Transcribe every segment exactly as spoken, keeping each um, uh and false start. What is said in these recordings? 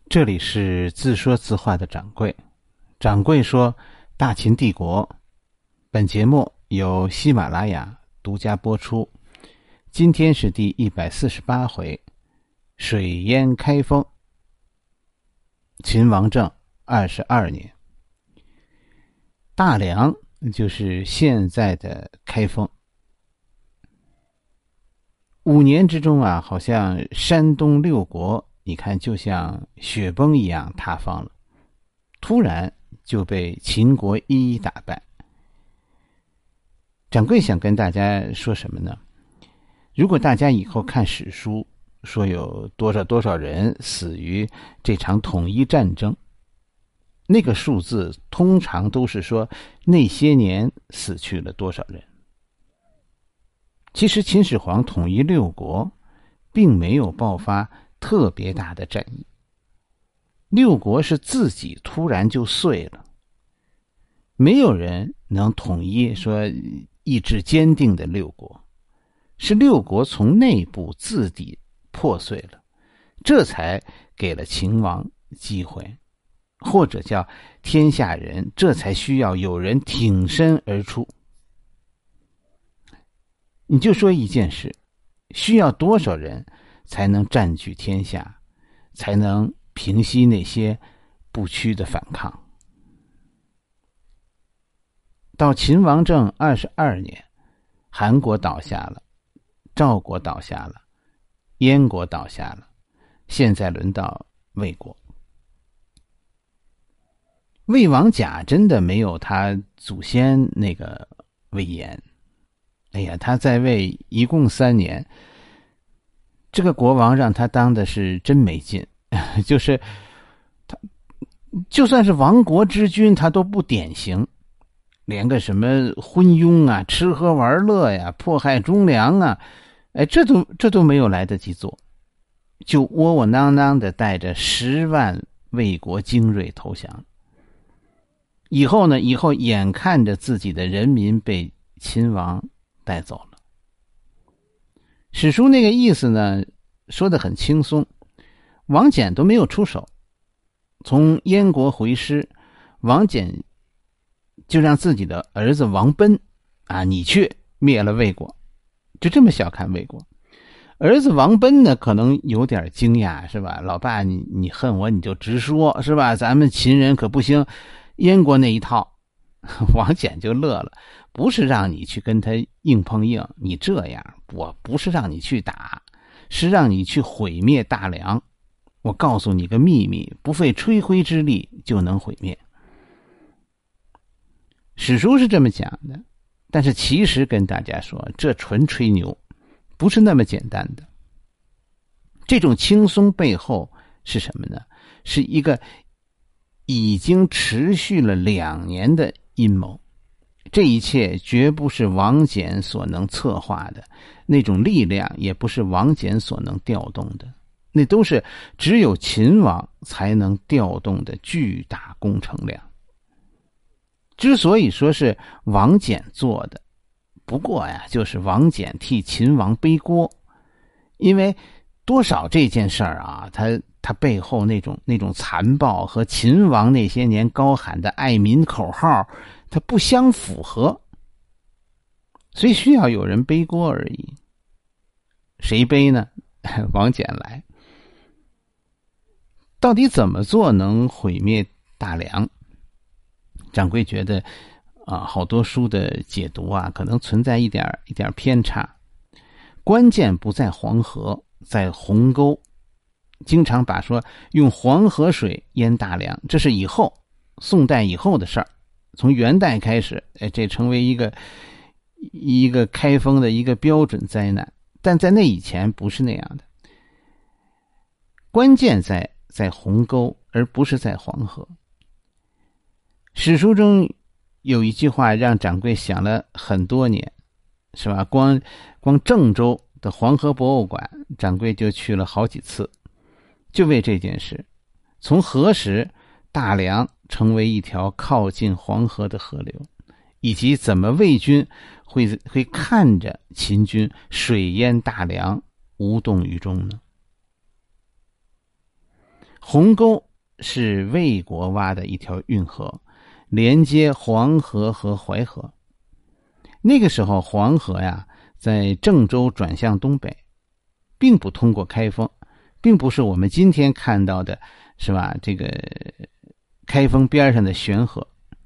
这里是自说自话的掌柜。掌柜说大秦帝国，本节目由喜马拉雅独家播出。今天是第一百四十八回，水淹开封。秦王政二十二年，大梁就是现在的开封。五年之中啊，好像山东六国你看就像雪崩一样塌方了，突然就被秦国一一打败。掌柜想跟大家说什么呢？如果大家以后看史书说有多少多少人死于这场统一战争，那个数字通常都是说那些年死去了多少人。其实秦始皇统一六国并没有爆发特别大的战役，六国是自己突然就碎了，没有人能统一说意志坚定的六国，是六国从内部自己破碎了，这才给了秦王机会，或者叫天下人这才需要有人挺身而出。你就说一件事，需要多少人才能占据天下，才能平息那些不屈的反抗。到秦王政二十二年，韩国倒下了，赵国倒下了，燕国倒下了，现在轮到魏国。魏王甲真的没有他祖先那个威严。哎呀，他在位一共三年，这个国王让他当的是真没劲，就是他就算是亡国之君他都不典型，连个什么昏庸啊、吃喝玩乐呀、迫害忠良啊，哎，这都这都没有来得及做，就窝窝囊囊的带着十万魏国精锐投降。以后呢，以后眼看着自己的人民被秦王带走了。史书那个意思呢，说得很轻松，王翦都没有出手。从燕国回师，王翦就让自己的儿子王贲啊，你去灭了魏国，就这么小看魏国。儿子王贲呢，可能有点惊讶，是吧？老爸，你你恨我你就直说，是吧？咱们秦人可不兴燕国那一套。王翦就乐了，不是让你去跟他硬碰硬，你这样我不是让你去打，是让你去毁灭大梁。我告诉你个秘密，不费吹灰之力就能毁灭。史书是这么讲的，但是其实跟大家说，这纯吹牛，不是那么简单的。这种轻松背后是什么呢？是一个已经持续了两年的阴谋。这一切绝不是王翦所能策划的，那种力量也不是王翦所能调动的，那都是只有秦王才能调动的巨大工程量。之所以说是王翦做的，不过呀，就是王翦替秦王背锅，因为多少这件事儿啊，他他背后那种那种残暴和秦王那些年高喊的爱民口号，它不相符合，所以需要有人背锅而已。谁背呢？王翦来。到底怎么做能毁灭大梁？掌柜觉得啊，好多书的解读啊，可能存在一点一点偏差。关键不在黄河，在鸿沟。经常把说用黄河水淹大梁，这是以后宋代以后的事儿。从元代开始，哎，这成为一个一个开封的一个标准灾难，但在那以前不是那样的。关键在在鸿沟，而不是在黄河。史书中有一句话让掌柜想了很多年，是吧？光光郑州的黄河博物馆，掌柜就去了好几次，就为这件事。从何时大梁成为一条靠近黄河的河流，以及怎么魏军会会看着秦军水淹大梁无动于衷呢？ 鸿沟是魏国挖的一条运河，连接黄河和淮河。那个时候黄河呀在郑州转向东北，并不通过开封，并不是我们今天看到的是吧这个开封边上的悬河。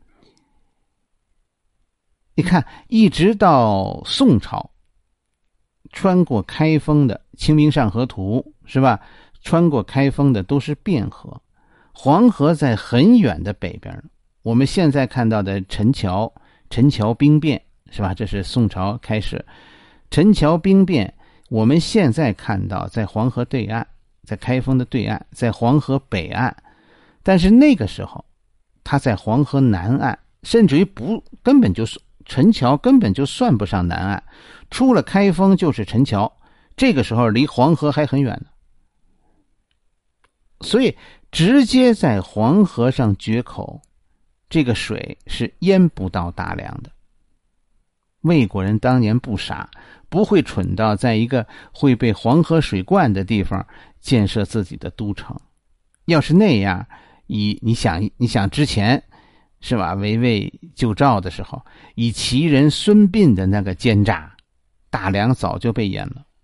你看一直到宋朝，穿过开封的《清明上河图》是吧，穿过开封的都是汴河，黄河在很远的北边。我们现在看到的陈桥陈桥兵变是吧，这是宋朝开始。陈桥兵变我们现在看到在黄河对岸，在开封的对岸，在黄河北岸，但是那个时候它在黄河南岸，甚至于不根本就是陈桥根本就算不上南岸，出了开封就是陈桥，这个时候离黄河还很远呢。所以直接在黄河上决口，这个水是淹不到大梁的。魏国人当年不傻，不会蠢到在一个会被黄河水灌的地方建设自己的都城。要是那样，以你想你想之前是吧，围魏救赵的时候，以齐人孙膑的那个奸诈，大梁早就被淹了。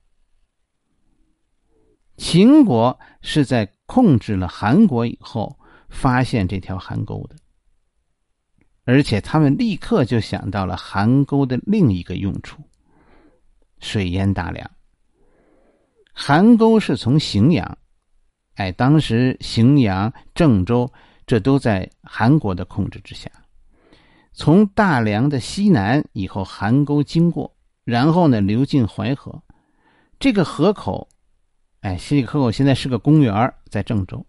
秦国是在控制了韩国以后发现这条邗沟的，而且他们立刻就想到了邗沟的另一个用处，水淹大梁。邗沟是从荥阳，哎，当时荥阳、郑州这都在韩国的控制之下。从大梁的西南以后，邗沟经过，然后呢流进淮河。这个河口，哎，这个河口现在是个公园，在郑州。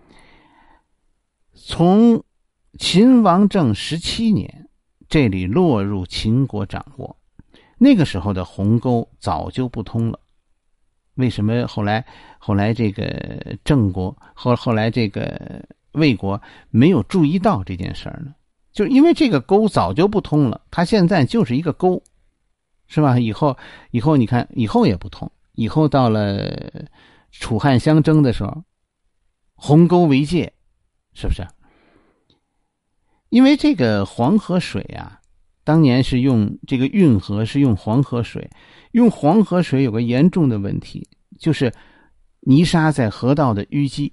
从秦王政十七年，这里落入秦国掌握。那个时候的鸿沟早就不通了。为什么后来后来这个郑国后后来这个魏国没有注意到这件事儿呢？就因为这个沟早就不通了，它现在就是一个沟，是吧？以后以后你看，以后也不通，以后到了楚汉相争的时候，鸿沟为界，是不是？因为这个黄河水啊，当年是用这个运河是用黄河水，用黄河水有个严重的问题，就是泥沙在河道的淤积。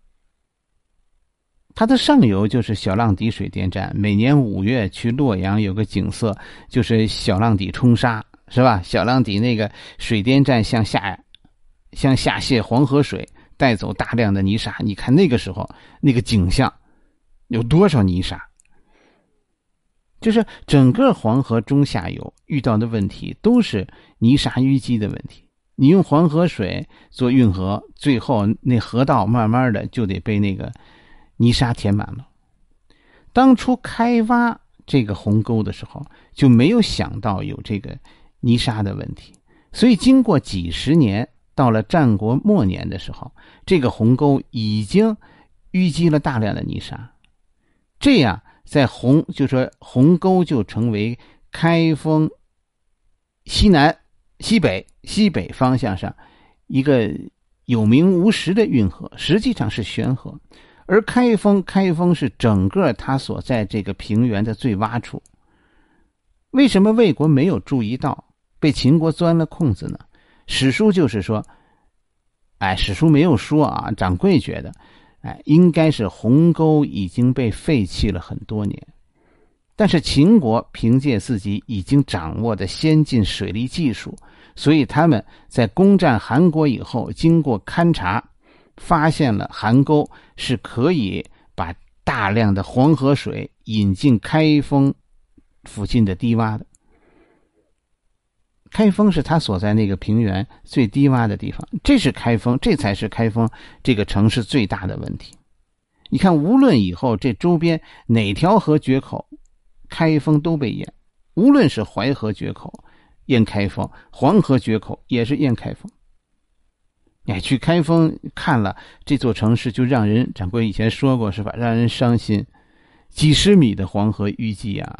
它的上游就是小浪底水电站，每年五月去洛阳有个景色，就是小浪底冲沙，是吧？小浪底那个水电站向下向下泄黄河水，带走大量的泥沙。你看那个时候那个景象有多少泥沙，就是整个黄河中下游遇到的问题都是泥沙淤积的问题。你用黄河水做运河，最后那河道慢慢的就得被那个泥沙填满了。当初开挖这个鸿沟的时候，就没有想到有这个泥沙的问题，所以经过几十年，到了战国末年的时候，这个鸿沟已经淤积了大量的泥沙。这样在鸿就说鸿沟就成为开封西南西北西北方向上一个有名无实的运河，实际上是悬河。而开封开封是整个它所在这个平原的最洼处。为什么魏国没有注意到，被秦国钻了空子呢？史书就是说，哎，史书没有说啊，掌柜觉得哎，应该是鸿沟已经被废弃了很多年，但是秦国凭借自己已经掌握的先进水利技术，所以他们在攻占韩国以后，经过勘察，发现了邗沟是可以把大量的黄河水引进开封附近的低洼的。开封是他所在那个平原最低洼的地方，这是开封，这才是开封这个城市最大的问题。你看，无论以后这周边哪条河决口，开封都被淹，无论是淮河决口淹开封，黄河决口也是淹开封。哎，去开封看了这座城市，就让人，掌柜以前说过是吧，让人伤心。几十米的黄河淤积啊！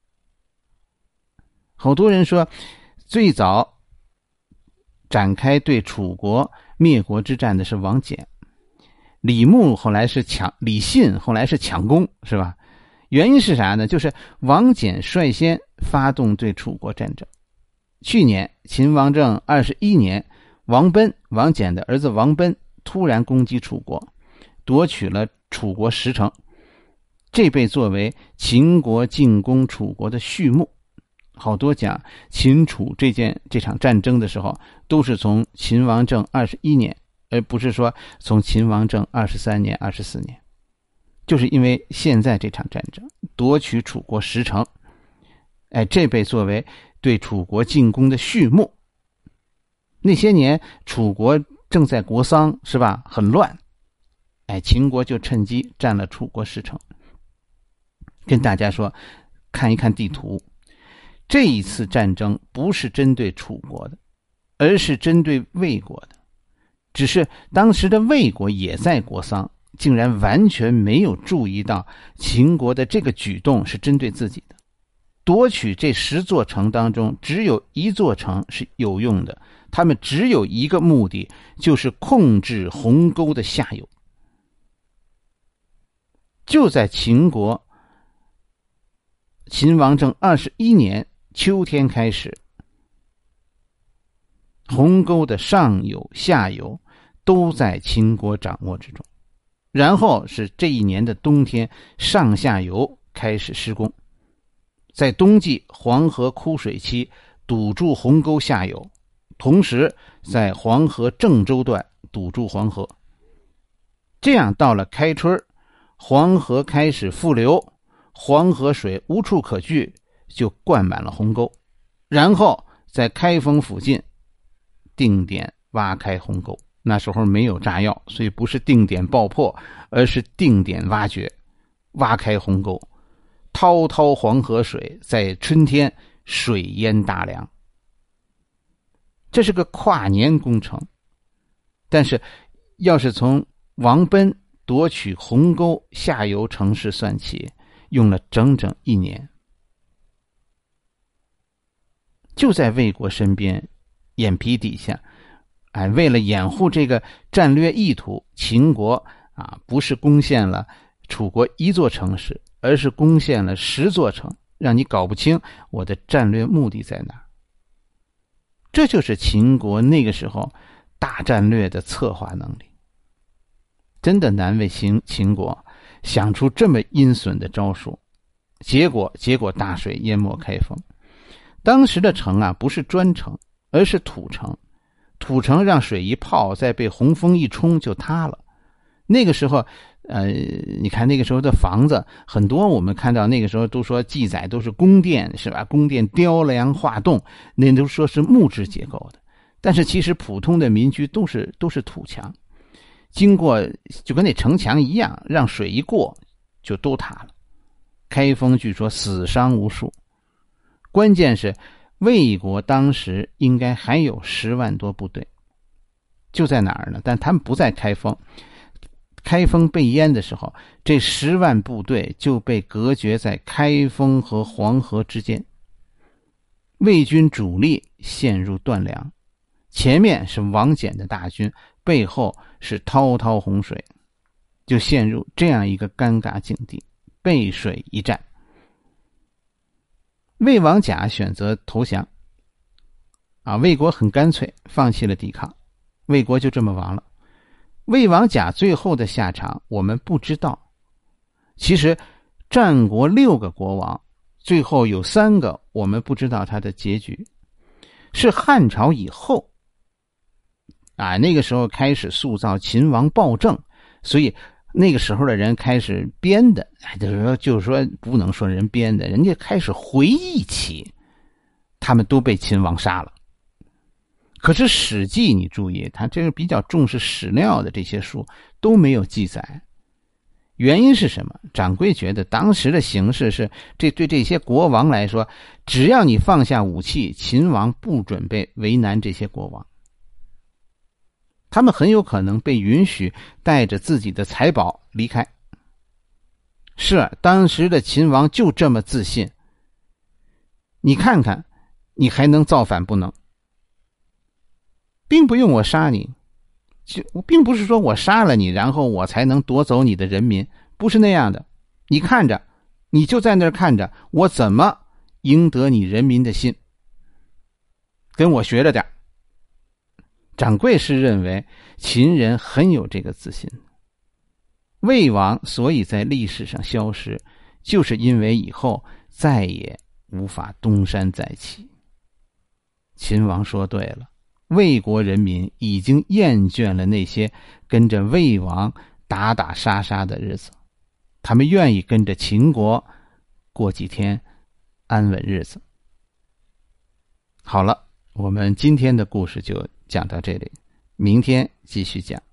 好多人说，最早展开对楚国灭国之战的是王翦。 李牧后来是抢，李信后来是抢功，是吧？原因是啥呢？就是王翦率先发动对楚国战争。去年秦王政二十一年，王贲，王翦的儿子王贲突然攻击楚国，夺取了楚国十城，这被作为秦国进攻楚国的序幕。好多讲秦楚这件这场战争的时候，都是从秦王政二十一年，而不是说从秦王政二十三年、二十四年。就是因为现在这场战争夺取楚国十城，哎，这被作为对楚国进攻的序幕。那些年楚国正在国丧，是吧？很乱，哎，秦国就趁机占了楚国十城。跟大家说，看一看地图，这一次战争不是针对楚国的，而是针对魏国的。只是当时的魏国也在国丧，竟然完全没有注意到秦国的这个举动是针对自己的。夺取这十座城当中，只有一座城是有用的，他们只有一个目的，就是控制鸿沟的下游。就在秦国秦王政二十一年秋天开始，鸿沟的上游下游都在秦国掌握之中。然后是这一年的冬天，上下游开始施工，在冬季黄河枯水期堵住鸿沟下游，同时在黄河郑州段堵住黄河。这样到了开春，黄河开始复流，黄河水无处可聚，就灌满了鸿沟，然后在开封附近定点挖开鸿沟。那时候没有炸药，所以不是定点爆破，而是定点挖掘，挖开鸿沟，滔滔黄河水在春天水淹大梁。这是个跨年工程，但是要是从王贲夺取鸿沟下游城市算起，用了整整一年。就在魏国身边，眼皮底下，哎，为了掩护这个战略意图，秦国啊不是攻陷了楚国一座城市，而是攻陷了十座城，让你搞不清我的战略目的在哪。这就是秦国那个时候大战略的策划能力。真的难为秦秦国想出这么阴损的招数，结果结果大水淹没开封。当时的城啊不是砖城，而是土城。土城让水一泡，再被洪峰一冲就塌了。那个时候呃，你看那个时候的房子很多，我们看到那个时候都说记载都是宫殿，是吧？宫殿雕梁画栋，那都说是木质结构的。但是其实普通的民居都是都是土墙，经过就跟那城墙一样，让水一过就都塌了。开封据说死伤无数。关键是魏国当时应该还有十万多部队，就在哪儿呢？但他们不在开封。开封被淹的时候，这十万部队就被隔绝在开封和黄河之间。魏军主力陷入断粮，前面是王翦的大军，背后是滔滔洪水，就陷入这样一个尴尬境地，背水一战。魏王甲选择投降，啊，魏国很干脆放弃了抵抗，魏国就这么亡了。魏王甲最后的下场我们不知道。其实战国六个国王，最后有三个我们不知道他的结局。是汉朝以后啊，那个时候开始塑造秦王暴政，所以那个时候的人开始编的，就是说就是说不能说人编的，人家开始回忆起他们都被秦王杀了。可是史记你注意，他这个比较重视史料的这些书都没有记载。原因是什么？掌柜觉得当时的形势是，这对这些国王来说，只要你放下武器，秦王不准备为难这些国王。他们很有可能被允许带着自己的财宝离开。是，当时的秦王就这么自信。你看看，你还能造反不能？并不用我杀你， 就我并不是说我杀了你，然后我才能夺走你的人民，不是那样的。你看着，你就在那儿看着，我怎么赢得你人民的心？跟我学着点。掌柜是认为秦人很有这个自信，魏王所以在历史上消失，就是因为以后再也无法东山再起。秦王说对了，魏国人民已经厌倦了那些跟着魏王打打杀杀的日子，他们愿意跟着秦国过几天安稳日子。好了，我们今天的故事就讲到这里，明天继续讲。